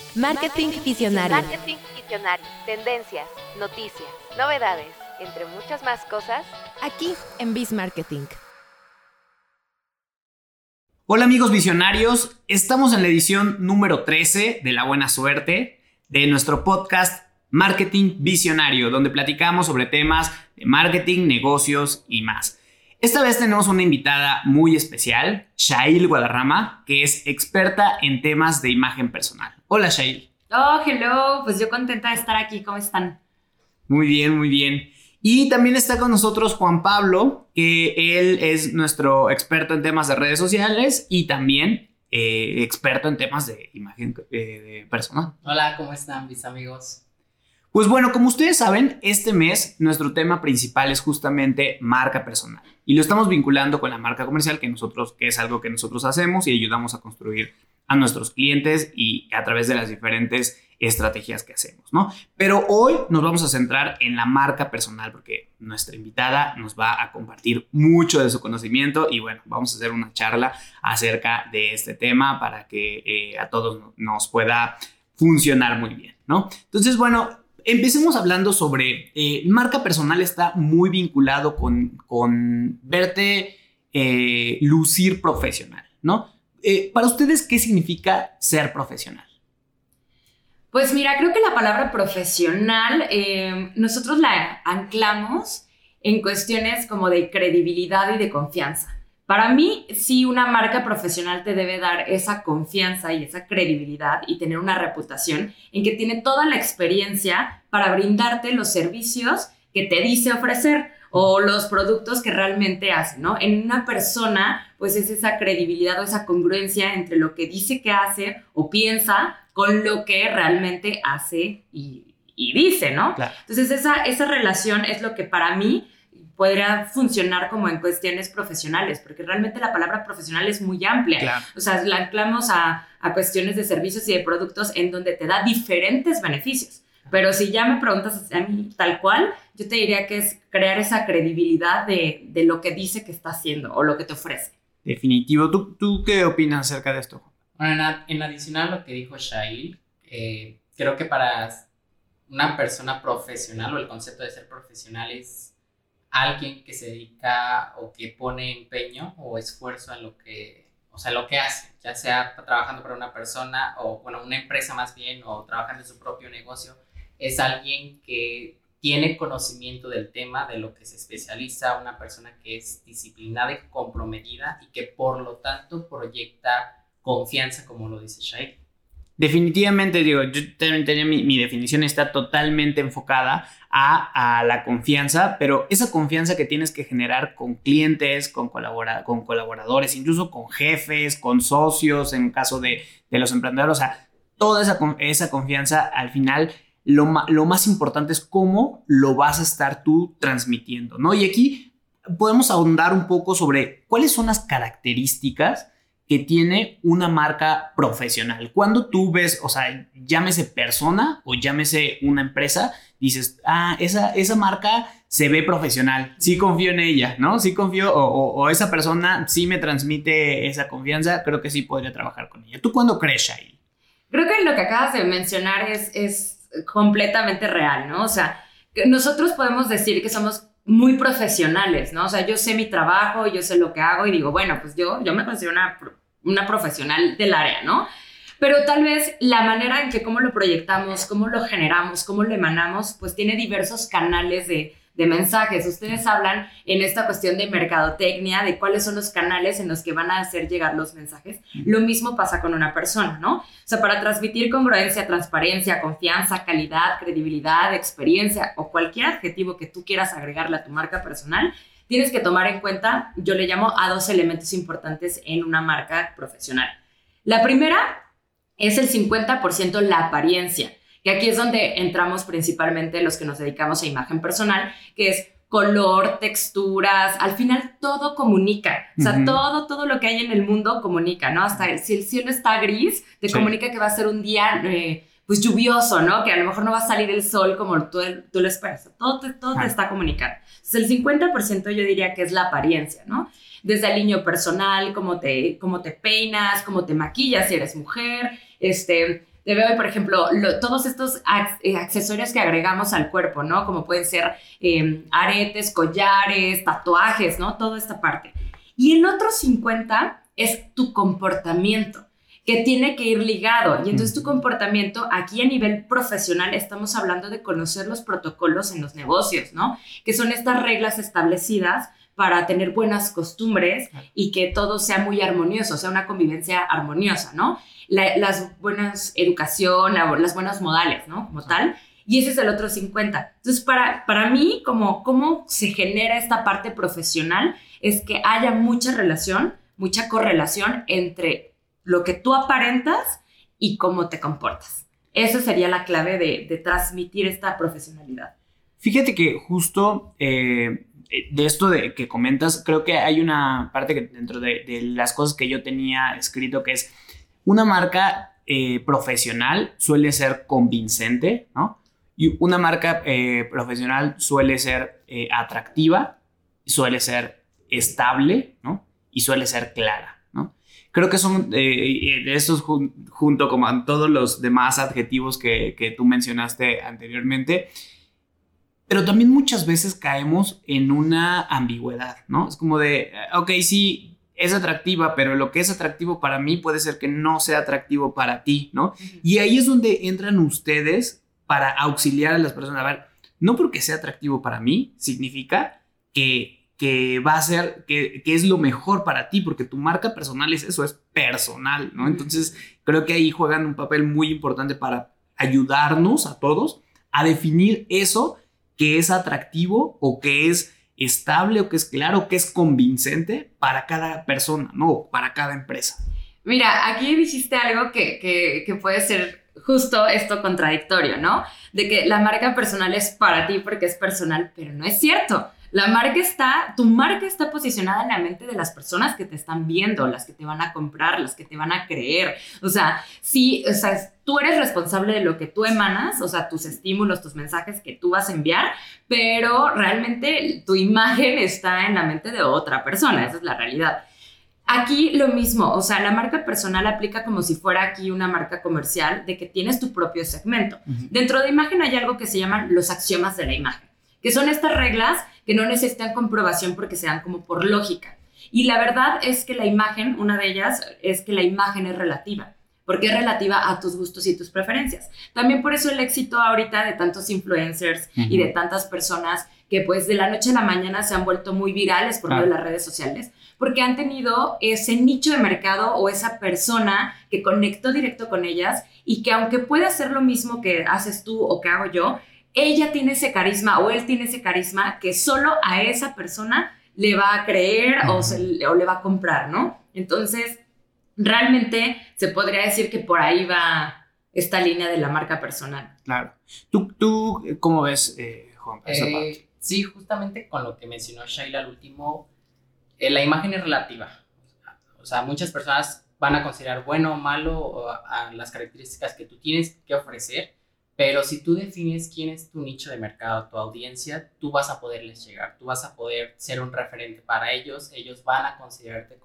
Marketing Visionario. Marketing Visionario. Tendencias, noticias, novedades, entre muchas más cosas, Aquí en Biz Marketing. Hola amigos visionarios, estamos en la edición número 13 de La Buena Suerte de nuestro podcast Marketing Visionario, donde platicamos sobre temas de marketing, negocios y más. Esta vez tenemos una invitada muy especial, Shail Guadarrama, que es experta en temas de imagen personal. Hola Shail. Oh, hello, pues yo contenta de estar aquí, ¿cómo están? Muy bien, muy bien. Y también está con nosotros Juan Pablo, que él es nuestro experto en temas de redes sociales y también experto en temas de imagen personal. Hola, ¿cómo están mis amigos? Pues bueno, como ustedes saben, este mes nuestro tema principal es justamente marca personal. Y lo estamos vinculando con la marca comercial que es algo que nosotros hacemos y ayudamos a construir a nuestros clientes y a través de las diferentes estrategias que hacemos, ¿no? Pero hoy nos vamos a centrar en la marca personal porque nuestra invitada nos va a compartir mucho de su conocimiento y bueno, vamos a hacer una charla acerca de este tema para que a todos nos pueda funcionar muy bien, ¿no? Entonces, bueno, empecemos hablando sobre marca personal. Está muy vinculado con verte lucir profesional, ¿no? Para ustedes, ¿qué significa ser profesional? Pues mira, creo que la palabra profesional nosotros la anclamos en cuestiones como de credibilidad y de confianza. Para mí, sí, una marca profesional te debe dar esa confianza y esa credibilidad y tener una reputación en que tiene toda la experiencia para brindarte los servicios que te dice ofrecer o los productos que realmente hace, ¿no? En una persona, pues es esa credibilidad o esa congruencia entre lo que dice que hace o piensa con lo que realmente hace y dice, ¿no? Claro. Entonces, esa relación es lo que para mí podría funcionar como en cuestiones profesionales, porque realmente la palabra profesional es muy amplia. Claro. O sea, la anclamos a cuestiones de servicios y de productos en donde te da diferentes beneficios. Pero si ya me preguntas a mí tal cual, yo te diría que es crear esa credibilidad de lo que dice que está haciendo o lo que te ofrece. Definitivo. ¿Tú qué opinas acerca de esto? Bueno, en adicional a lo que dijo Shail, creo que para una persona profesional o el concepto de ser profesional es alguien que se dedica o que pone empeño o esfuerzo en lo que hace, ya sea trabajando para una persona o, bueno, una empresa más bien, o trabajando en su propio negocio. Es alguien que tiene conocimiento del tema, de lo que se especializa, una persona que es disciplinada y comprometida y que por lo tanto proyecta confianza, como lo dice Shail. Definitivamente, digo, yo también tenía mi definición, está totalmente enfocada a la confianza, pero esa confianza que tienes que generar con clientes, con colaboradores, incluso con jefes, con socios, en caso de los emprendedores, o sea, toda esa confianza al final. Lo más importante es cómo lo vas a estar tú transmitiendo, ¿no? Y aquí podemos ahondar un poco sobre cuáles son las características que tiene una marca profesional. Cuando tú ves, o sea, llámese persona o llámese una empresa, dices, esa marca se ve profesional, sí confío en ella, ¿no? Sí confío, o esa persona sí me transmite esa confianza, creo que sí podría trabajar con ella. ¿Tú cuándo crees, Shail? Creo que lo que acabas de mencionar es completamente real, ¿no? O sea, nosotros podemos decir que somos muy profesionales, ¿no? O sea, yo sé mi trabajo, yo sé lo que hago y digo, bueno, pues yo me considero una profesional del área, ¿no? Pero tal vez la manera en que cómo lo proyectamos, cómo lo generamos, cómo lo emanamos, pues tiene diversos canales de mensajes. Ustedes hablan en esta cuestión de mercadotecnia, de cuáles son los canales en los que van a hacer llegar los mensajes. Lo mismo pasa con una persona, ¿no? O sea, para transmitir congruencia, transparencia, confianza, calidad, credibilidad, experiencia o cualquier adjetivo que tú quieras agregarle a tu marca personal, tienes que tomar en cuenta, yo le llamo a 2 elementos importantes en una marca profesional. La primera es el 50% la apariencia, que aquí es donde entramos principalmente los que nos dedicamos a imagen personal, que es color, texturas, al final todo comunica, o sea, todo lo que hay en el mundo comunica, ¿no? Hasta si el cielo está gris, te comunica que va a ser un día pues lluvioso, ¿no? Que a lo mejor no va a salir el sol como tú lo esperas, todo te está comunicando. Entonces el 50% yo diría que es la apariencia, ¿no? Desde el diseño personal, cómo te peinas, cómo te maquillas si eres mujer, te veo, por ejemplo, todos estos accesorios que agregamos al cuerpo, ¿no? Como pueden ser aretes, collares, tatuajes, ¿no? Toda esta parte. Y el otro 50 es tu comportamiento, que tiene que ir ligado. Y entonces tu comportamiento, aquí a nivel profesional, estamos hablando de conocer los protocolos en los negocios, ¿no? Que son estas reglas establecidas para tener buenas costumbres y que todo sea muy armonioso, o sea, una convivencia armoniosa, ¿no? Las buenas educación, las buenas modales, ¿no? Como tal. Y ese es el otro 50. Entonces, para mí, cómo se genera esta parte profesional es que haya mucha relación, mucha correlación entre lo que tú aparentas y cómo te comportas. Esa sería la clave de transmitir esta profesionalidad. Fíjate que justo de esto de que comentas, creo que hay una parte que dentro de las cosas que yo tenía escrito que es una marca profesional suele ser convincente, ¿no? Y una marca profesional suele ser atractiva, suele ser estable, ¿no? Y suele ser clara. Creo que son de estos junto como a todos los demás adjetivos que tú mencionaste anteriormente, pero también muchas veces caemos en una ambigüedad, ¿no? Es como de, ok, sí, es atractiva, pero lo que es atractivo para mí puede ser que no sea atractivo para ti, ¿no? Y ahí es donde entran ustedes para auxiliar a las personas. A ver, no porque sea atractivo para mí significa que va a ser, que es lo mejor para ti, porque tu marca personal es eso, es personal, ¿no? Entonces, creo que ahí juegan un papel muy importante para ayudarnos a todos a definir eso que es atractivo o que es estable o que es claro, o que es convincente para cada persona, ¿no? Para cada empresa. Mira, aquí dijiste algo que puede ser justo esto contradictorio, ¿no? De que la marca personal es para ti porque es personal, pero no es cierto. Tu marca está posicionada en la mente de las personas que te están viendo, las que te van a comprar, las que te van a creer. O sea, sí, o sea, tú eres responsable de lo que tú emanas, o sea, tus estímulos, tus mensajes que tú vas a enviar, pero realmente tu imagen está en la mente de otra persona, esa es la realidad. Aquí lo mismo, o sea, la marca personal aplica como si fuera aquí una marca comercial de que tienes tu propio segmento. Uh-huh. Dentro de imagen hay algo que se llaman los axiomas de la imagen, que son estas reglas que no necesitan comprobación porque se dan como por lógica. Y la verdad es que la imagen, una de ellas es que la imagen es relativa, porque es relativa a tus gustos y tus preferencias. También por eso el éxito ahorita de tantos influencers uh-huh. y de tantas personas que pues de la noche a la mañana se han vuelto muy virales por medio de las redes sociales, porque han tenido ese nicho de mercado o esa persona que conectó directo con ellas y que aunque pueda hacer lo mismo que haces tú o que hago yo, ella tiene ese carisma o él tiene ese carisma que solo a esa persona le va a creer o le va a comprar, ¿no? Entonces, realmente se podría decir que por ahí va esta línea de la marca personal. Claro. ¿Tú cómo ves, Juan, esa parte? Sí, justamente con lo que mencionó Shaila al último, la imagen es relativa. O sea, muchas personas van a considerar bueno o malo a las características que tú tienes que ofrecer. Pero si tú defines quién es tu nicho de mercado, tu audiencia, tú vas a poderles llegar, tú vas a poder ser un referente para ellos, ellos van a considerarte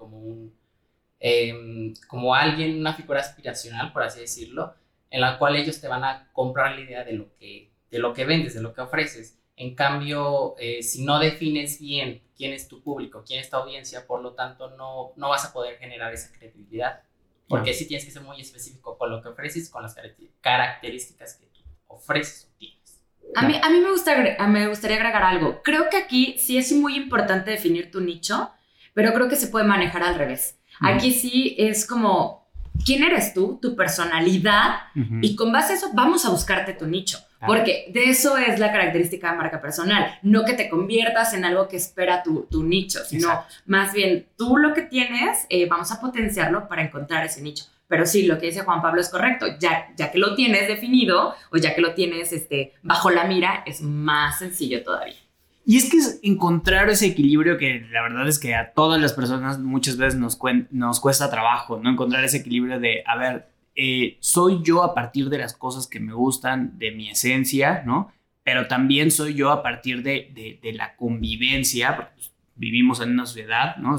como alguien, una figura aspiracional, por así decirlo, en la cual ellos te van a comprar la idea de lo que vendes, de lo que ofreces. En cambio, si no defines bien quién es tu público, quién es tu audiencia, por lo tanto no vas a poder generar esa credibilidad, porque sí tienes que ser muy específico con lo que ofreces, con las características que ofreces o tienes. A mí me gustaría agregar algo. Creo que aquí sí es muy importante definir tu nicho, pero creo que se puede manejar al revés. Aquí sí es como, ¿quién eres tú? Tu personalidad. Y con base a eso vamos a buscarte tu nicho. Porque de eso es la característica de marca personal. No que te conviertas en algo que espera tu nicho, sino más bien tú lo que tienes, vamos a potenciarlo para encontrar ese nicho. Pero sí, lo que dice Juan Pablo es correcto. Ya que lo tienes definido o ya que lo tienes bajo la mira, es más sencillo todavía. Y es que es encontrar ese equilibrio que la verdad es que a todas las personas muchas veces nos cuesta trabajo, ¿no? Encontrar ese equilibrio de, a ver, soy yo a partir de las cosas que me gustan, de mi esencia, ¿no? Pero también soy yo a partir de la convivencia, porque pues, vivimos en una sociedad, ¿no? O sea,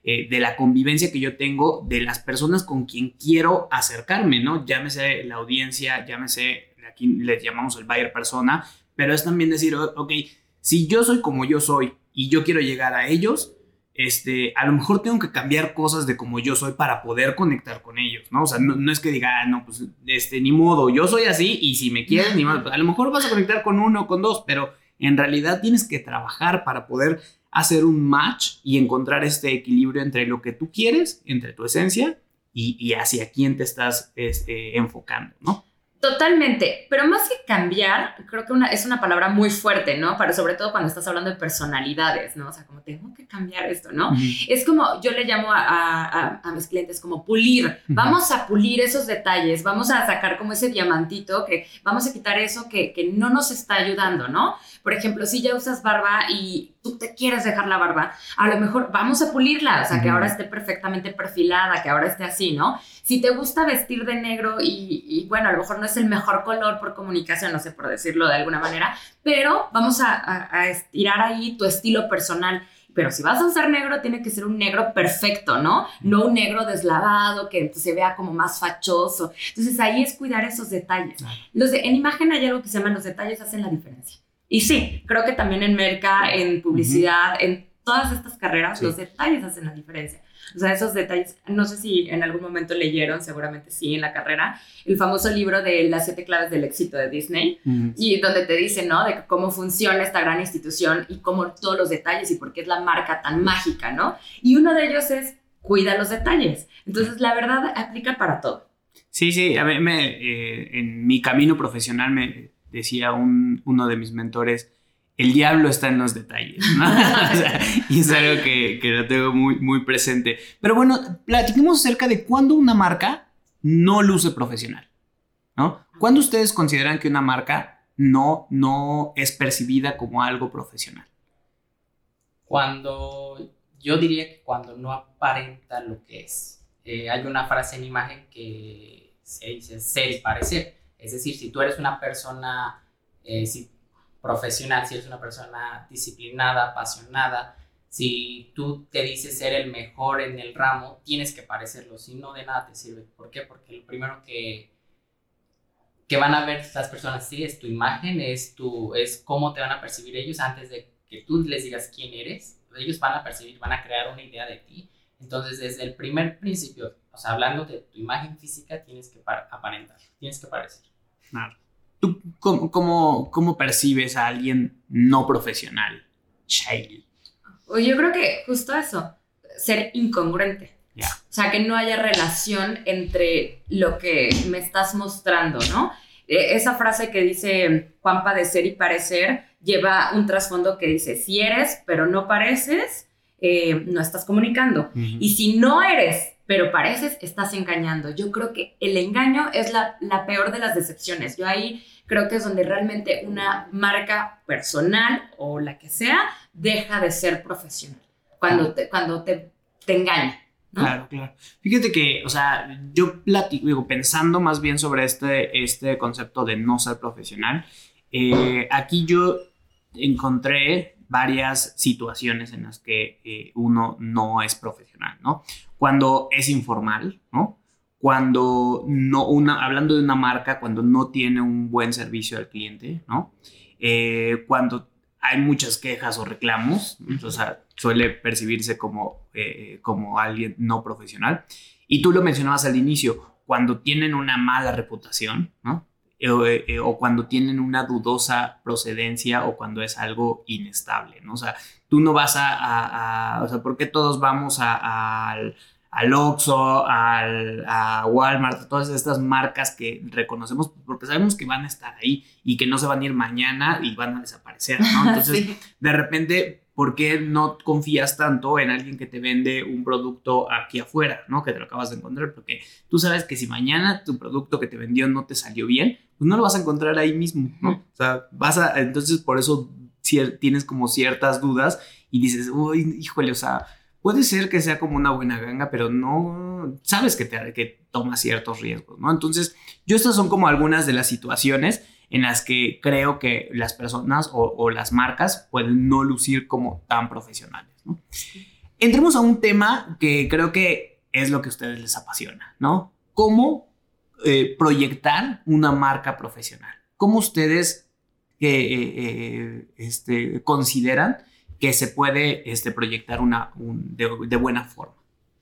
de la convivencia que yo tengo, de las personas con quien quiero acercarme, ¿no? Llámese la audiencia, llámese, aquí les llamamos el buyer persona, pero es también decir, ok, si yo soy como yo soy y yo quiero llegar a ellos, a lo mejor tengo que cambiar cosas de como yo soy para poder conectar con ellos, ¿no? O sea, no es que diga, no, pues, ni modo, yo soy así y si me quieren, ni modo, pues, a lo mejor vas a conectar con uno o con dos, pero en realidad tienes que trabajar para poder hacer un match y encontrar este equilibrio entre lo que tú quieres, entre tu esencia y hacia quién te estás enfocando, ¿no? Totalmente, pero más que cambiar, creo que es una palabra muy fuerte, ¿no? Para, sobre todo cuando estás hablando de personalidades, ¿no? O sea, como tengo que cambiar esto, ¿no? Es como, yo le llamo a mis clientes como pulir. Vamos a pulir esos detalles, vamos a sacar como ese diamantito, que vamos a quitar eso que no nos está ayudando, ¿no? Por ejemplo, si ya usas barba y tú te quieres dejar la barba, a lo mejor vamos a pulirla, o sea, que ahora esté perfectamente perfilada, que ahora esté así, ¿no? Si te gusta vestir de negro y bueno, a lo mejor no es el mejor color por comunicación, no sé, por decirlo de alguna manera, pero vamos a estirar ahí tu estilo personal. Pero si vas a usar negro, tiene que ser un negro perfecto, ¿no? No un negro deslavado, que se vea como más fachoso. Entonces, ahí es cuidar esos detalles. En imagen hay algo que se llama los detalles hacen la diferencia. Y sí, creo que también en merca, en publicidad, en todas estas carreras, los detalles hacen la diferencia. O sea, esos detalles, no sé si en algún momento leyeron, seguramente sí, en la carrera, el famoso libro de las 7 claves del éxito de Disney, y donde te dice, ¿no? De cómo funciona esta gran institución y cómo todos los detalles y por qué es la marca tan mágica, ¿no? Y uno de ellos es, cuida los detalles. Entonces, la verdad, aplica para todo. Sí, a mí en mi camino profesional me decía uno de mis mentores, el diablo está en los detalles, ¿no? O sea, y es algo que lo tengo muy, muy presente. Pero bueno, platiquemos acerca de cuándo una marca no luce profesional, ¿no? ¿Cuándo ustedes consideran que una marca no es percibida como algo profesional? Yo diría que cuando no aparenta lo que es. Hay una frase en imagen que se dice ser y parecer. Es decir, si tú eres una persona profesional, si eres una persona disciplinada, apasionada, si tú te dices ser el mejor en el ramo, tienes que parecerlo, si no, de nada te sirve. ¿Por qué? Porque lo primero que van a ver las personas, sí, es tu imagen, es cómo te van a percibir ellos antes de que tú les digas quién eres. Ellos van a percibir, van a crear una idea de ti. Entonces, desde el primer principio, o sea, hablando de tu imagen física, tienes que aparentar, tienes que parecer. Claro. ¿Tú cómo percibes a alguien no profesional, Shail? Yo creo que justo eso, ser incongruente. Yeah. O sea, que no haya relación entre lo que me estás mostrando, ¿no? Esa frase que dice Juanpa de ser y parecer lleva un trasfondo que dice, si eres pero no pareces, no estás comunicando. Y si no eres pero pareces, estás engañando. Yo creo que el engaño es la peor de las decepciones. Yo ahí creo que es donde realmente una marca personal o la que sea deja de ser profesional. Cuando te engaña, ¿no? Claro. Fíjate que, o sea, yo pensando más bien sobre este concepto de no ser profesional, aquí yo encontré varias situaciones en las que uno no es profesional, ¿no? Cuando es informal, ¿no? Cuando hablando de una marca, cuando no tiene un buen servicio al cliente, ¿no? Cuando hay muchas quejas o reclamos, o sea, suele percibirse como alguien no profesional. Y tú lo mencionabas al inicio, cuando tienen una mala reputación, ¿no? O cuando tienen una dudosa procedencia o cuando es algo inestable, ¿no? O sea, tú no vas o sea, ¿por qué todos vamos al Oxxo, a Walmart, a todas estas marcas que reconocemos? Porque sabemos que van a estar ahí y que no se van a ir mañana y van a desaparecer, ¿no? Entonces, sí. De repente, ¿por qué no confías tanto en alguien que te vende un producto aquí afuera, ¿no? Que te lo acabas de encontrar, porque tú sabes que si mañana tu producto que te vendió no te salió bien, pues no lo vas a encontrar ahí mismo, ¿no? O sea, entonces por eso tienes como ciertas dudas y dices, uy, híjole, o sea, puede ser que sea como una buena ganga, pero no, sabes que toma ciertos riesgos, ¿no? Entonces, estas son como algunas de las situaciones en las que creo que las personas o las marcas pueden no lucir como tan profesionales, ¿no? entremos a un tema que creo que es lo que a ustedes les apasiona, ¿no? ¿Cómo proyectar una marca profesional? ¿Cómo ustedes consideran que se puede proyectar de buena forma?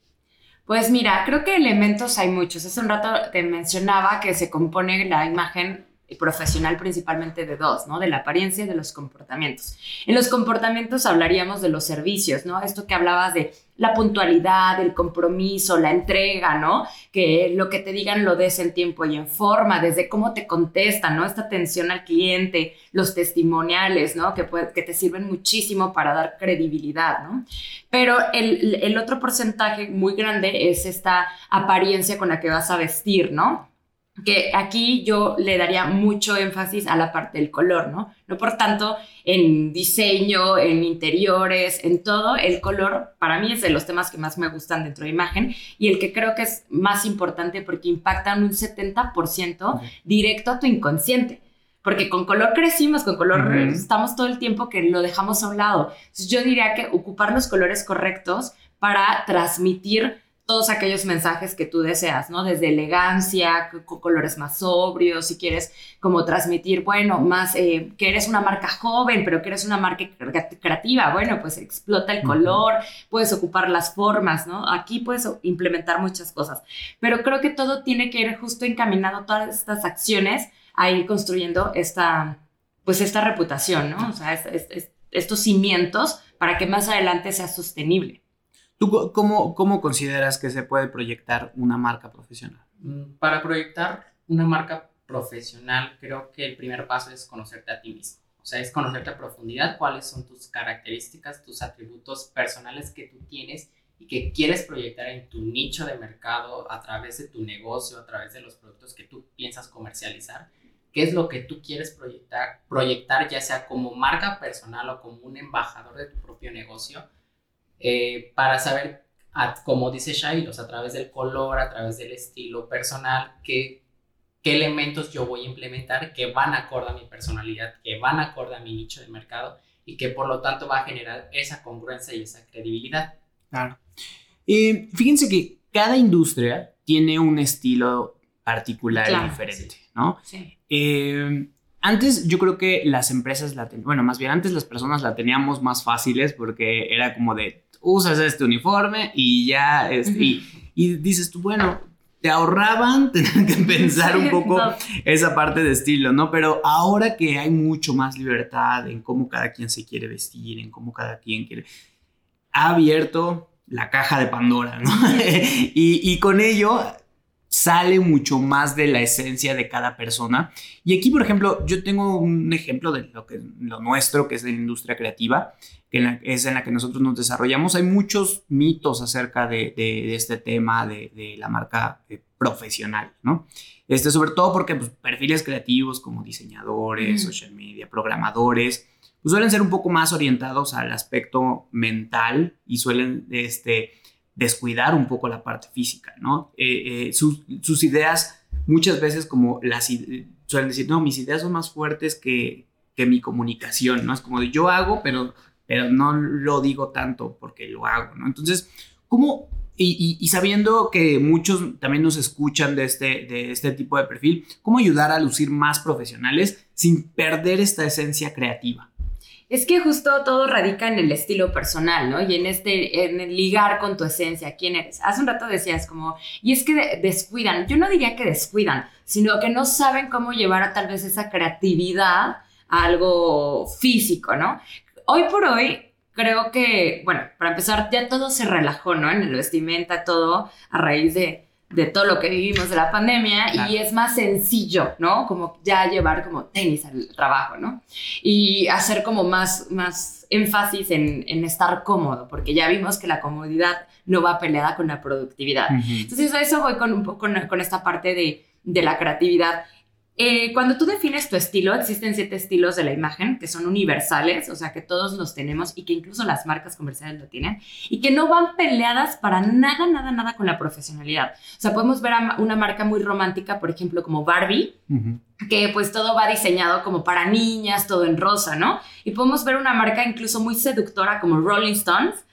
Pues mira, creo que elementos hay muchos. Hace un rato te mencionaba que se compone la imagen profesional principalmente de dos, ¿no? De la apariencia y de los comportamientos. En los comportamientos hablaríamos de los servicios, ¿no? Esto que hablabas de la puntualidad, el compromiso, la entrega, ¿no? Que lo que te digan lo des en tiempo y en forma, desde cómo te contestan, ¿no? Esta atención al cliente, los testimoniales, ¿no? Que te sirven muchísimo para dar credibilidad, ¿no? Pero el otro porcentaje muy grande es esta apariencia con la que vas a vestir, ¿no? Que aquí yo le daría mucho énfasis a la parte del color, ¿no? No por tanto en diseño, en interiores, en todo. El color para mí es de los temas que más me gustan dentro de imagen y el que creo que es más importante porque impactan un 70% directo a tu inconsciente. Porque con color crecimos, con color estamos todo el tiempo que lo dejamos a un lado. Entonces yo diría que ocupar los colores correctos para transmitir todos aquellos mensajes que tú deseas, ¿no? Desde elegancia, con colores más sobrios, si quieres como transmitir, bueno, más que eres una marca joven, pero que eres una marca creativa, bueno, pues explota el color, puedes ocupar las formas, ¿no? Aquí puedes implementar muchas cosas, pero creo que todo tiene que ir justo encaminado, todas estas acciones a ir construyendo esta reputación, ¿no? O sea, estos cimientos para que más adelante sea sostenible. ¿Tú cómo consideras que se puede proyectar una marca profesional? Para proyectar una marca profesional, creo que el primer paso es conocerte a ti mismo. O sea, es conocerte a profundidad cuáles son tus características, tus atributos personales que tú tienes y que quieres proyectar en tu nicho de mercado a través de tu negocio, a través de los productos que tú piensas comercializar. ¿Qué es lo que tú quieres proyectar ya sea como marca personal o como un embajador de tu propio negocio? Para saber, como dice Shail, o sea, a través del color, a través del estilo personal, qué elementos yo voy a implementar que van acorde a mi personalidad, que van acorde a mi nicho de mercado y que por lo tanto va a generar esa congruencia y esa credibilidad. Claro. Fíjense que cada industria tiene un estilo particular y diferente, sí. ¿No? Sí. Antes yo creo que las empresas antes las personas la teníamos más fáciles porque era como de usas este uniforme y ya y dices tú, bueno, te ahorraban tener que pensar un poco esa parte de estilo, ¿no? Pero ahora que hay mucho más libertad en cómo cada quien se quiere vestir, en cómo cada quien quiere, ha abierto la caja de Pandora, ¿no? y con ello sale mucho más de la esencia de cada persona. Y aquí, por ejemplo, yo tengo un ejemplo de lo nuestro, que es la industria creativa, es en la que nosotros nos desarrollamos. Hay muchos mitos acerca de este tema de la marca profesional, ¿no? Sobre todo porque pues, perfiles creativos como diseñadores, social media, programadores, pues, suelen ser un poco más orientados al aspecto mental y suelen descuidar un poco la parte física, ¿no? Sus ideas muchas veces suelen decir, no, mis ideas son más fuertes que mi comunicación, ¿no? Es como de yo hago, pero no lo digo tanto porque lo hago, ¿no? Entonces, ¿cómo? Y sabiendo que muchos también nos escuchan de este tipo de perfil, ¿cómo ayudar a lucir más profesionales sin perder esta esencia creativa? Es que justo todo radica en el estilo personal, ¿no? Y en el ligar con tu esencia, quién eres. Hace un rato decías como, y es que descuidan. Yo no diría que descuidan, sino que no saben cómo llevar a tal vez esa creatividad a algo físico, ¿no? Hoy por hoy, creo que, bueno, para empezar, ya todo se relajó, ¿no? En el vestimenta, todo a raíz de todo lo que vivimos de la pandemia, claro. Y es más sencillo, ¿no? Como ya llevar como tenis al trabajo, ¿no? Y hacer como más énfasis en estar cómodo, porque ya vimos que la comodidad no va peleada con la productividad. Entonces a eso voy con esta parte de la creatividad. Cuando tú defines tu estilo, existen 7 estilos de la imagen que son universales, o sea que todos los tenemos y que incluso las marcas comerciales lo tienen y que no van peleadas para nada con la profesionalidad. O sea, podemos ver a una marca muy romántica, por ejemplo, como Barbie, que pues todo va diseñado como para niñas, todo en rosa, ¿no? Y podemos ver una marca incluso muy seductora como Rolling Stones,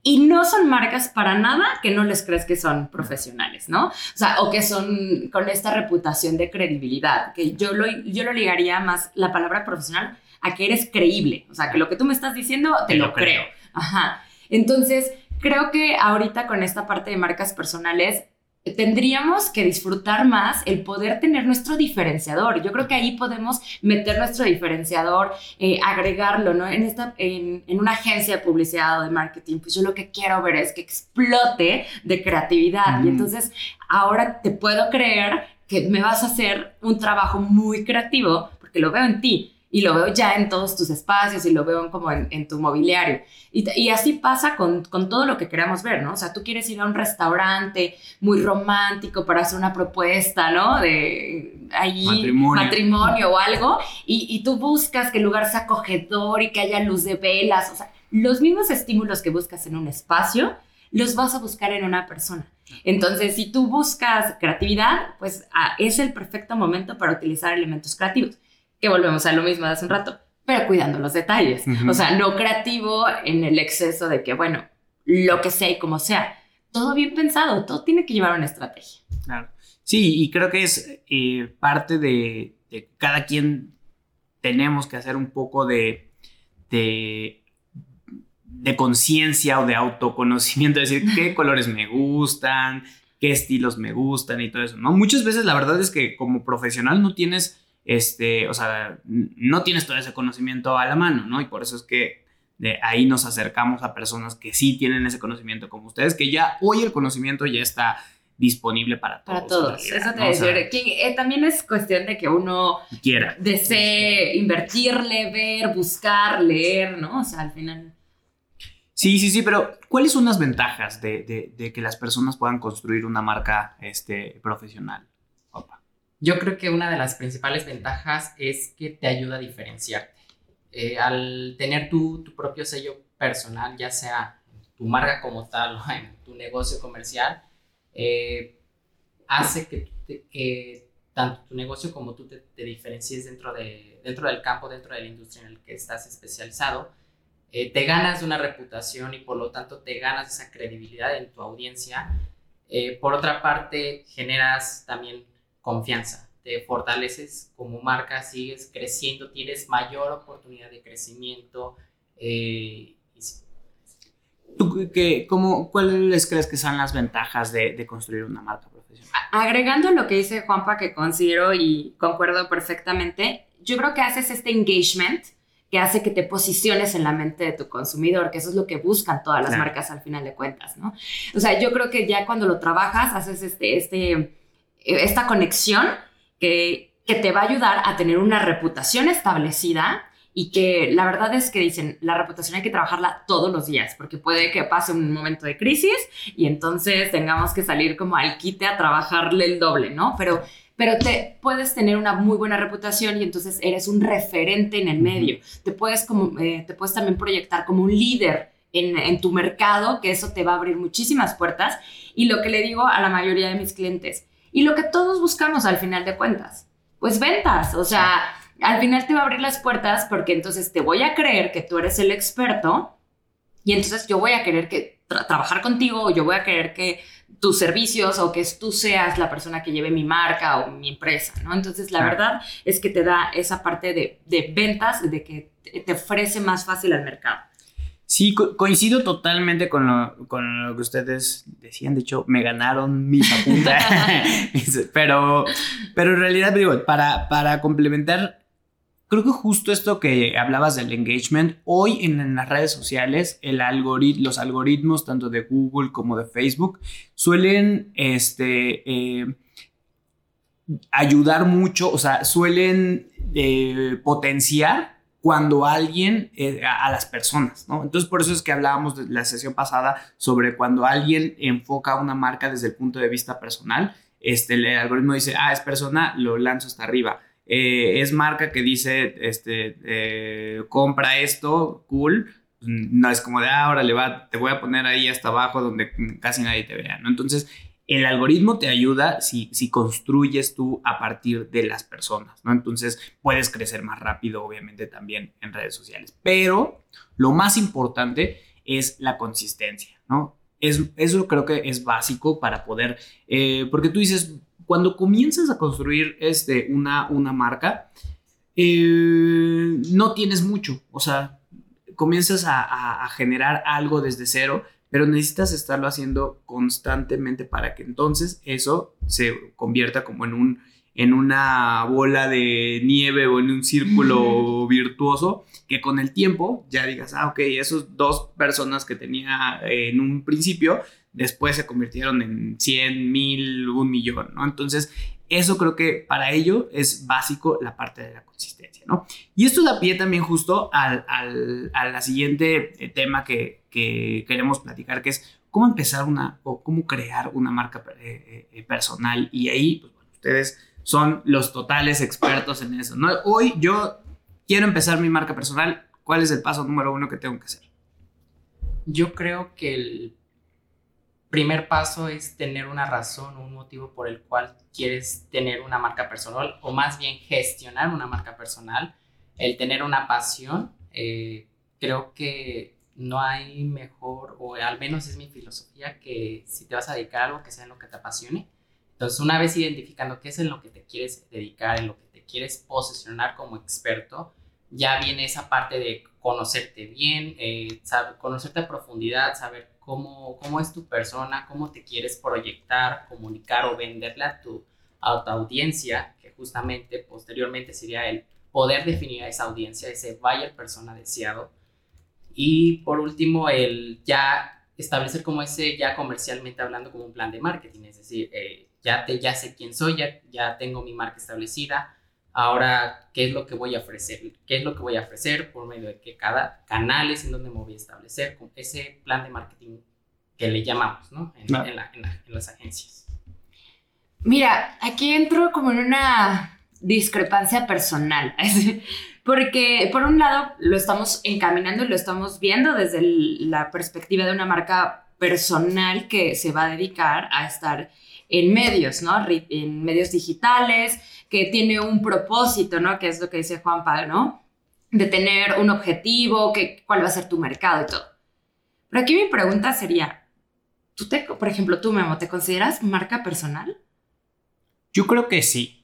Y no son marcas para nada que no les crees que son profesionales, ¿no? O sea, o que son con esta reputación de credibilidad, que yo lo ligaría más la palabra profesional a que eres creíble. O sea, que lo que tú me estás diciendo te lo creo. Ajá. Entonces, creo que ahorita con esta parte de marcas personales tendríamos que disfrutar más el poder tener nuestro diferenciador. Yo creo que ahí podemos meter nuestro diferenciador, agregarlo, ¿no? En una agencia de publicidad o de marketing, pues yo lo que quiero ver es que explote de creatividad. Y entonces ahora te puedo creer que me vas a hacer un trabajo muy creativo porque lo veo en ti. Y lo veo ya en todos tus espacios y lo veo como en tu mobiliario. Y así pasa con todo lo que queramos ver, ¿no? O sea, tú quieres ir a un restaurante muy romántico para hacer una propuesta, ¿no? De ahí matrimonio o algo. Y tú buscas que el lugar sea acogedor y que haya luz de velas. O sea, los mismos estímulos que buscas en un espacio los vas a buscar en una persona. Entonces, si tú buscas creatividad, pues es el perfecto momento para utilizar elementos creativos. Que volvemos a lo mismo de hace un rato, pero cuidando los detalles. O sea, no creativo en el exceso de que, bueno, lo que sea y como sea. Todo bien pensado, todo tiene que llevar una estrategia. Claro. Sí, y creo que es parte de cada quien tenemos que hacer un poco de conciencia o de autoconocimiento, es decir, qué colores me gustan, qué estilos me gustan y todo eso, ¿no? Muchas veces la verdad es que como profesional no tienes o sea, no tienes todo ese conocimiento a la mano, ¿no? Y por eso es que de ahí nos acercamos a personas que sí tienen ese conocimiento como ustedes, que ya hoy el conocimiento ya está disponible para todos. Para todos, realidad, eso te voy a decir. Que, también es cuestión de que uno desee invertirle, ver, buscar, leer, ¿no? O sea, al final... Sí, pero ¿cuáles son las ventajas de que las personas puedan construir una marca profesional? Opa. Yo creo que una de las principales ventajas es que te ayuda a diferenciarte. Al tener tu propio sello personal, ya sea tu marca como tal o en tu negocio comercial, hace que tanto tu negocio como tú te diferencies dentro del campo, dentro de la industria en el que estás especializado. Te ganas una reputación y por lo tanto te ganas esa credibilidad en tu audiencia. Por otra parte, generas también confianza, te fortaleces como marca, sigues creciendo, tienes mayor oportunidad de crecimiento. ¿Cuáles crees que son las ventajas de construir una marca profesional? Agregando lo que dice Juanpa, que considero y concuerdo perfectamente, yo creo que haces este engagement que hace que te posiciones en la mente de tu consumidor, que eso es lo que buscan todas las marcas al final de cuentas, ¿no? O sea, yo creo que ya cuando lo trabajas, haces esta conexión que te va a ayudar a tener una reputación establecida y que la verdad es que dicen, la reputación hay que trabajarla todos los días, porque puede que pase un momento de crisis y entonces tengamos que salir como al quite a trabajarle el doble, ¿no? Pero te puedes tener una muy buena reputación y entonces eres un referente en el medio. Te puedes también proyectar como un líder en tu mercado, que eso te va a abrir muchísimas puertas. Y lo que le digo a la mayoría de mis clientes, y lo que todos buscamos al final de cuentas, pues ventas. O sea, al final te va a abrir las puertas porque entonces te voy a creer que tú eres el experto y entonces yo voy a querer que trabajar contigo, o yo voy a querer que tus servicios o que tú seas la persona que lleve mi marca o mi empresa, ¿no? Entonces, la verdad es que te da esa parte de ventas, de que te ofrece más fácil al mercado. Sí, coincido totalmente con lo que ustedes decían. De hecho, me ganaron mis apuntes. pero en realidad, digo, para complementar, creo que justo esto que hablabas del engagement, hoy en las redes sociales, los algoritmos tanto de Google como de Facebook suelen ayudar mucho, o sea, suelen potenciar cuando alguien, a las personas, ¿no? Entonces, por eso es que hablábamos de la sesión pasada sobre cuando alguien enfoca una marca desde el punto de vista personal, el algoritmo dice, es persona, lo lanzo hasta arriba. Es marca que dice, compra esto, cool. No es como de, órale, te voy a poner ahí hasta abajo donde casi nadie te vea, ¿no? Entonces, el algoritmo te ayuda si construyes tú a partir de las personas, ¿no? Entonces, puedes crecer más rápido, obviamente, también en redes sociales. Pero lo más importante es la consistencia, ¿no? Eso creo que es básico para poder, porque tú dices, cuando comienzas a construir una marca, no tienes mucho, o sea, comienzas a generar algo desde cero, pero necesitas estarlo haciendo constantemente para que entonces eso se convierta como en una bola de nieve o en un círculo virtuoso, que con el tiempo ya digas, ok, esos 2 personas que tenía en un principio, después se convirtieron en 100, 1000, 1,000,000, ¿no? Entonces, eso creo que para ello es básico la parte de la consistencia, ¿no? Y esto da pie también justo a la siguiente tema que queremos platicar, que es cómo empezar o cómo crear una marca personal. Y ahí, pues, bueno, ustedes son los totales expertos en eso, ¿no? Hoy yo quiero empezar mi marca personal. ¿Cuál es el paso número 1 que tengo que hacer? Yo creo que el primer paso es tener una razón o un motivo por el cual quieres tener una marca personal, o más bien gestionar una marca personal, el tener una pasión. Creo que no hay mejor, o al menos es mi filosofía, que si te vas a dedicar a algo, que sea en lo que te apasione. Entonces, una vez identificando qué es en lo que te quieres dedicar, en lo que te quieres posicionar como experto, ya viene esa parte de conocerte bien, conocerte a profundidad, saber cómo es tu persona, cómo te quieres proyectar, comunicar o venderle a tu audiencia, que justamente posteriormente sería el poder definir a esa audiencia, ese buyer persona deseado. Y por último, el ya establecer como ese, ya comercialmente hablando, como un plan de marketing, es decir, ya sé quién soy, ya tengo mi marca establecida. Ahora, ¿qué es lo que voy a ofrecer? ¿Qué es lo que voy a ofrecer? ¿Por medio de qué canales en donde me voy a establecer? Con ese plan de marketing que le llamamos, ¿no? En las agencias. Mira, aquí entro como en una discrepancia personal. Porque, por un lado, lo estamos encaminando y lo estamos viendo desde la perspectiva de una marca personal que se va a dedicar a estar en medios, ¿no? En medios digitales, que tiene un propósito, ¿no? Que es lo que dice Juanpa, ¿no? De tener un objetivo, cuál va a ser tu mercado y todo. Pero aquí mi pregunta sería, por ejemplo, tú, Memo, ¿te consideras marca personal? Yo creo que sí.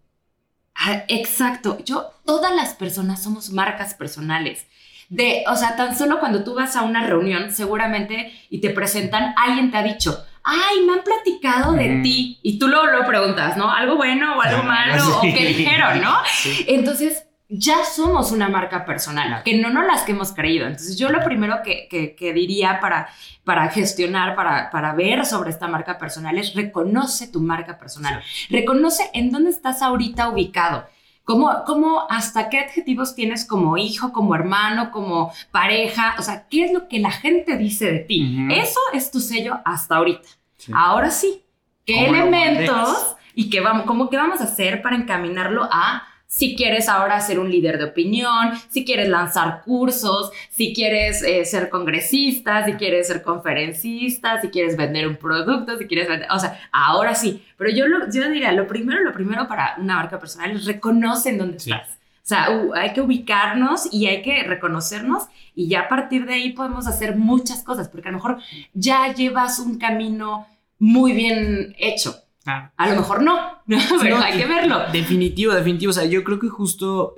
Exacto. Todas las personas somos marcas personales. O sea, tan solo cuando tú vas a una reunión, seguramente, y te presentan, alguien te ha dicho, ay, me han platicado de ti, y tú lo preguntas, ¿no? ¿Algo bueno o algo malo? Sí. ¿O qué dijeron, no? Sí. Entonces, ya somos una marca personal, claro, que no nos las que hemos creído. Entonces, yo lo primero que diría para gestionar, para ver sobre esta marca personal es reconoce tu marca personal. Sí. Reconoce en dónde estás ahorita ubicado. ¿Cómo hasta qué adjetivos tienes como hijo, como hermano, como pareja? O sea, ¿qué es lo que la gente dice de ti? Uh-huh. Eso es tu sello hasta ahorita. Sí. Ahora sí, ¿qué elementos y cómo qué vamos a hacer para encaminarlo a si quieres ahora ser un líder de opinión, si quieres lanzar cursos, si quieres ser congresista, si quieres ser conferencista, si quieres vender un producto, si quieres vender... O sea, ahora sí. Pero yo diría, lo primero para una marca personal es reconoce en dónde estás. O sea, hay que ubicarnos y hay que reconocernos y ya a partir de ahí podemos hacer muchas cosas, porque a lo mejor ya llevas un camino muy bien hecho. Ah. A lo mejor no, pero hay que verlo. Definitivo. O sea, yo creo que justo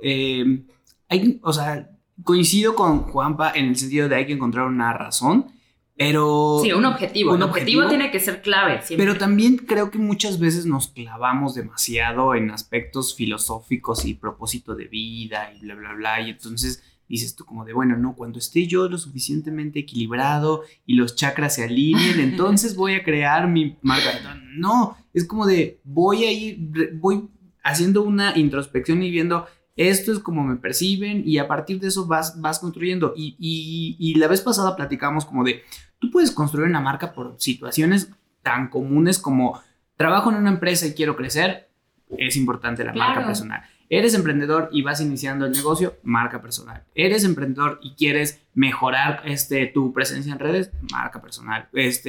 coincido con Juanpa en el sentido de hay que encontrar una razón, pero... Sí, un objetivo. Un objetivo tiene que ser clave siempre. Pero también creo que muchas veces nos clavamos demasiado en aspectos filosóficos y propósito de vida y bla, bla, bla, y entonces dices tú como de, bueno, no, cuando esté yo lo suficientemente equilibrado y los chakras se alineen, entonces voy a crear mi marca. No, es como de, voy haciendo una introspección y viendo, esto es como me perciben y a partir de eso vas construyendo. Y la vez pasada platicamos como de, tú puedes construir una marca por situaciones tan comunes como, trabajo en una empresa y quiero crecer, es importante la marca personal. Eres emprendedor y vas iniciando el negocio, marca personal. Eres emprendedor y quieres mejorar tu presencia en redes, marca personal.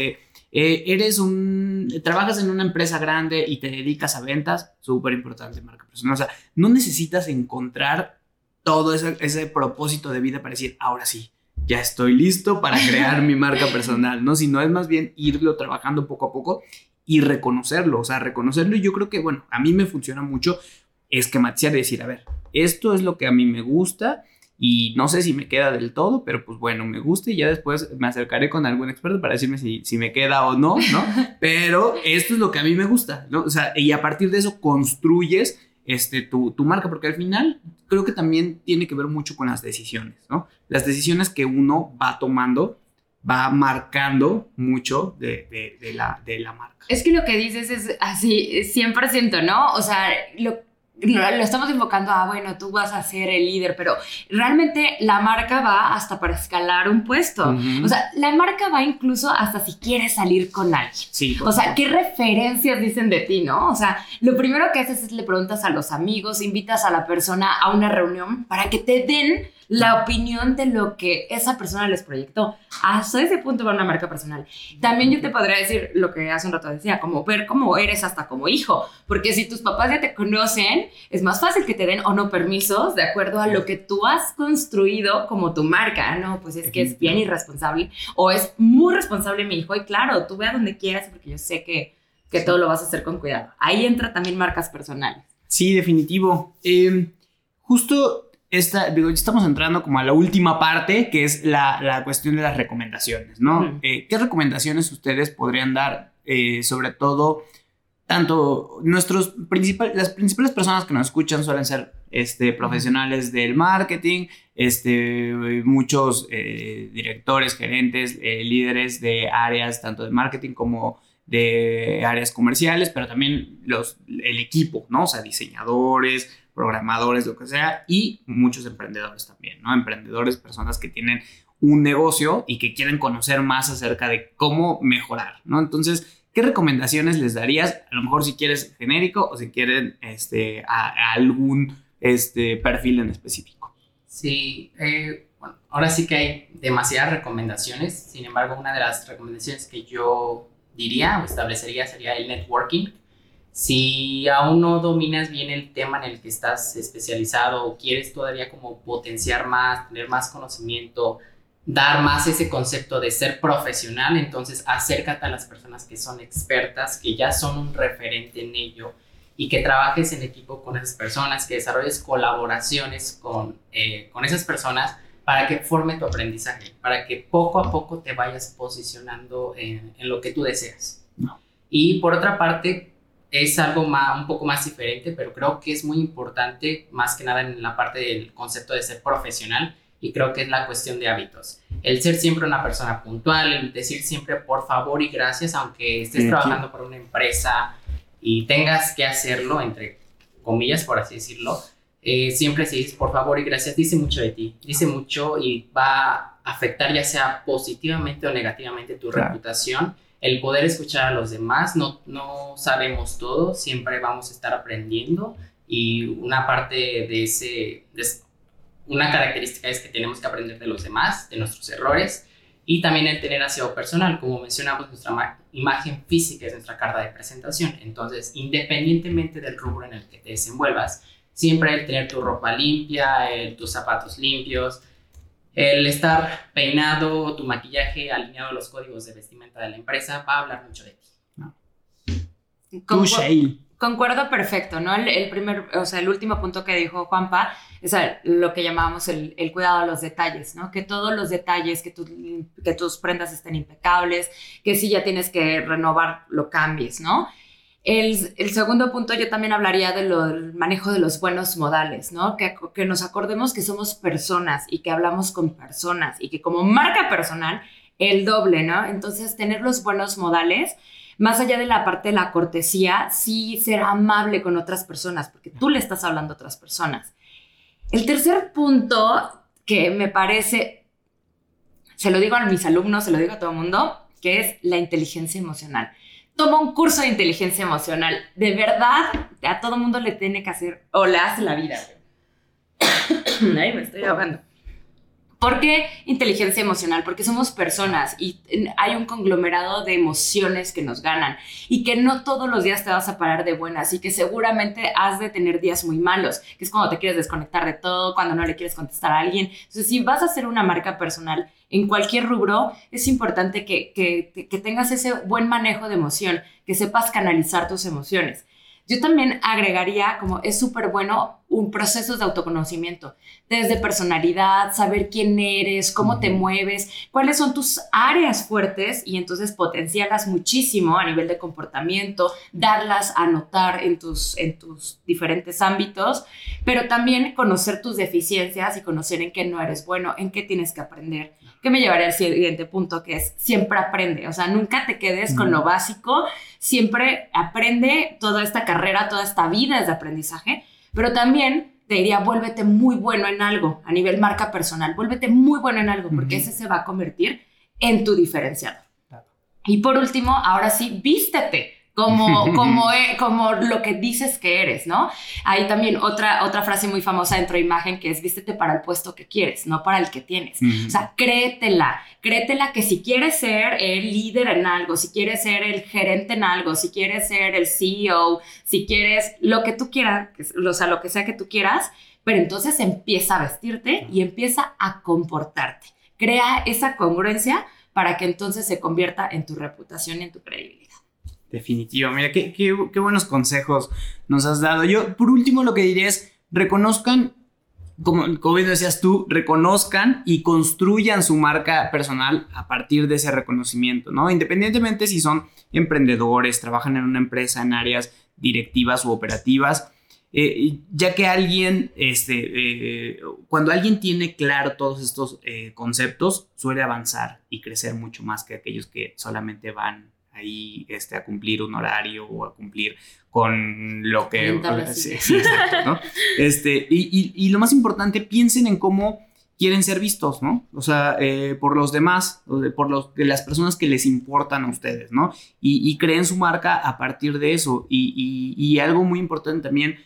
Trabajas en una empresa grande y te dedicas a ventas, súper importante, marca personal. O sea, no necesitas encontrar todo ese propósito de vida para decir, ahora sí, ya estoy listo para crear mi marca personal, ¿no? Sino es más bien irlo trabajando poco a poco y reconocerlo, o sea, reconocerlo. Y yo creo que, bueno, a mí me funciona mucho esquematizar y decir, a ver, esto es lo que a mí me gusta y no sé si me queda del todo, pero pues bueno, me gusta y ya después me acercaré con algún experto para decirme si me queda o no, ¿no? Pero esto es lo que a mí me gusta, ¿no? O sea, y a partir de eso construyes tu marca, porque al final creo que también tiene que ver mucho con las decisiones, ¿no? Las decisiones que uno va tomando va marcando mucho de la marca. Es que lo que dices es así, 100%, ¿no? O sea, lo estamos enfocando a, bueno, tú vas a ser el líder, pero realmente la marca va hasta para escalar un puesto. Uh-huh. O sea, la marca va incluso hasta si quieres salir con alguien. Sí. O sea, ¿qué referencias dicen de ti, no? O sea, lo primero que haces es le preguntas a los amigos, invitas a la persona a una reunión para que te den la opinión de lo que esa persona les proyectó. Hasta ese punto va una marca personal. También yo te podría decir lo que hace un rato decía, como ver cómo eres hasta como hijo, porque si tus papás ya te conocen, es más fácil que te den o no permisos de acuerdo a lo que tú has construido como tu marca. No, pues es que es bien irresponsable o es muy responsable mi hijo y claro, tú ve a donde quieras porque yo sé que todo lo vas a hacer con cuidado. Ahí entra también marcas personales. Sí, definitivo. Justo estamos entrando como a la última parte, que es la cuestión de las recomendaciones, ¿no? Uh-huh. ¿Qué recomendaciones ustedes podrían dar, sobre todo, tanto las principales personas que nos escuchan suelen ser profesionales del marketing, muchos directores, gerentes, líderes de áreas, tanto de marketing como de áreas comerciales, pero también el equipo, ¿no? O sea, diseñadores, programadores, lo que sea, y muchos emprendedores también, ¿no? Emprendedores, personas que tienen un negocio y que quieren conocer más acerca de cómo mejorar, ¿no? Entonces, ¿qué recomendaciones les darías? A lo mejor si quieres genérico o si quieren a algún perfil en específico. Sí, bueno, ahora sí que hay demasiadas recomendaciones. Sin embargo, una de las recomendaciones que yo diría o establecería sería el networking. Si aún no dominas bien el tema en el que estás especializado o quieres todavía como potenciar más, tener más conocimiento, dar más ese concepto de ser profesional, entonces acércate a las personas que son expertas, que ya son un referente en ello y que trabajes en equipo con esas personas, que desarrolles colaboraciones con esas personas para que forme tu aprendizaje, para que poco a poco te vayas posicionando en lo que tú deseas. No. Y por otra parte, es algo un poco más diferente, pero creo que es muy importante, más que nada en la parte del concepto de ser profesional, y creo que es la cuestión de hábitos. El ser siempre una persona puntual, el decir siempre por favor y gracias, aunque estés trabajando para una empresa y tengas que hacerlo, entre comillas, por así decirlo, siempre si dices por favor y gracias, dice mucho de ti, dice mucho y va a afectar ya sea positivamente o negativamente tu reputación. El poder escuchar a los demás, no sabemos todo, siempre vamos a estar aprendiendo y una parte una característica es que tenemos que aprender de los demás, de nuestros errores y también el tener aseo personal, como mencionamos, nuestra imagen física es nuestra carta de presentación, entonces independientemente del rubro en el que te desenvuelvas, siempre el tener tu ropa limpia, tus zapatos limpios, el estar peinado, tu maquillaje alineado a los códigos de vestimenta de la empresa va a hablar mucho de ti. No. Concuerdo perfecto, ¿no? El último punto que dijo Juanpa es lo que llamábamos el cuidado a los detalles, ¿no? Que todos los detalles, que tus prendas estén impecables, que si ya tienes que renovar, lo cambies, ¿no? El segundo punto yo también hablaría del manejo de los buenos modales, ¿no? Que nos acordemos que somos personas y que hablamos con personas y que como marca personal, el doble, ¿no? Entonces, tener los buenos modales, más allá de la parte de la cortesía, sí ser amable con otras personas, porque tú le estás hablando a otras personas. El tercer punto que me parece, se lo digo a mis alumnos, se lo digo a todo el mundo, que es la inteligencia emocional. Toma un curso de inteligencia emocional. De verdad, a todo mundo le tiene que hacer, o le hace la vida. Ay, me estoy ahogando. ¿Por qué inteligencia emocional? Porque somos personas y hay un conglomerado de emociones que nos ganan y que no todos los días te vas a parar de buenas y que seguramente has de tener días muy malos, que es cuando te quieres desconectar de todo, cuando no le quieres contestar a alguien. Entonces, si vas a hacer una marca personal, en cualquier rubro, es importante que tengas ese buen manejo de emoción, que sepas canalizar tus emociones. Yo también agregaría, como es súper bueno, un proceso de autoconocimiento, desde personalidad, saber quién eres, cómo te mueves, cuáles son tus áreas fuertes y entonces potenciarlas muchísimo a nivel de comportamiento, darlas a notar en tus diferentes ámbitos, pero también conocer tus deficiencias y conocer en qué no eres bueno, en qué tienes que aprender. Que me llevaría al siguiente punto, que es siempre aprende, o sea, nunca te quedes con lo básico, siempre aprende. Toda esta carrera, toda esta vida es de aprendizaje, pero también te diría, vuélvete muy bueno en algo, a nivel marca personal, vuélvete muy bueno en algo, porque ese se va a convertir en tu diferenciador. Y por último, ahora sí, vístete como lo que dices que eres, ¿no? Hay también otra frase muy famosa dentro de imagen que es vístete para el puesto que quieres, no para el que tienes. O sea, créetela que si quieres ser el líder en algo, si quieres ser el gerente en algo, si quieres ser el CEO, si quieres lo que tú quieras, o sea, lo que sea que tú quieras, pero entonces empieza a vestirte y empieza a comportarte. Crea esa congruencia para que entonces se convierta en tu reputación y en tu credibilidad. Definitivo, mira, qué buenos consejos nos has dado. Yo, por último, lo que diría es, reconozcan, como bien decías tú, reconozcan y construyan su marca personal a partir de ese reconocimiento, ¿no? Independientemente si son emprendedores, trabajan en una empresa en áreas directivas u operativas, ya que alguien, cuando alguien tiene claro todos estos conceptos, suele avanzar y crecer mucho más que aquellos que solamente van ahí a cumplir un horario o a cumplir con lo que... Sí, exacto, ¿no? Y lo más importante, piensen en cómo quieren ser vistos, ¿no? O sea, por los demás, de las personas que les importan a ustedes, ¿no? Y creen su marca a partir de eso. Y algo muy importante también,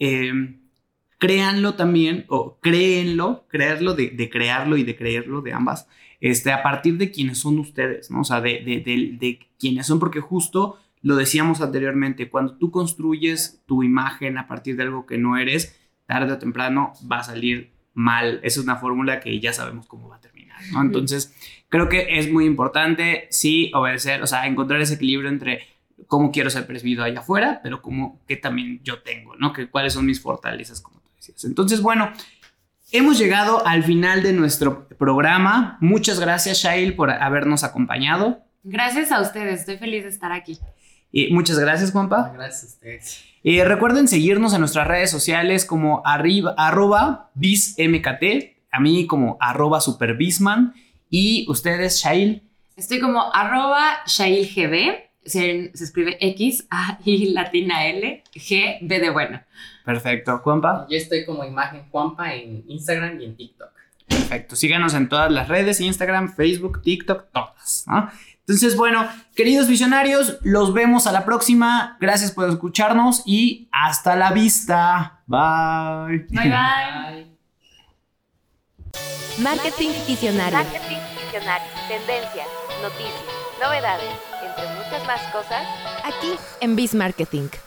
créanlo también, o creerlo de crearlo y de creerlo, de ambas, a partir de quienes son ustedes, ¿no? O sea, de quienes son, porque justo lo decíamos anteriormente, cuando tú construyes tu imagen a partir de algo que no eres, tarde o temprano va a salir mal. Esa es una fórmula que ya sabemos cómo va a terminar, ¿no? Entonces, creo que es muy importante, sí, obedecer, o sea, encontrar ese equilibrio entre cómo quiero ser percibido allá afuera, pero qué también yo tengo, ¿no? Cuáles son mis fortalezas, como tú decías. Entonces, bueno, hemos llegado al final de nuestro programa. Muchas gracias, Shail, por habernos acompañado. Gracias a ustedes, estoy feliz de estar aquí. Muchas gracias, Juanpa. Gracias a ustedes. Recuerden seguirnos en nuestras redes sociales como @bizmkt, a mí como @superbisman, y ustedes, Shail. Estoy como @shailgb, se escribe X, A, I, latina L, G, B de bueno. Perfecto, Juanpa. Yo estoy como Imagen Juanpa en Instagram y en TikTok. Perfecto, síganos en todas las redes, Instagram, Facebook, TikTok, todas, ¿no? Entonces, bueno, queridos visionarios, los vemos a la próxima. Gracias por escucharnos y hasta la vista. Bye. Bye, bye. Marketing Visionario. Marketing visionario. Tendencias, noticias, novedades, entre muchas más cosas. Aquí en Biz Marketing.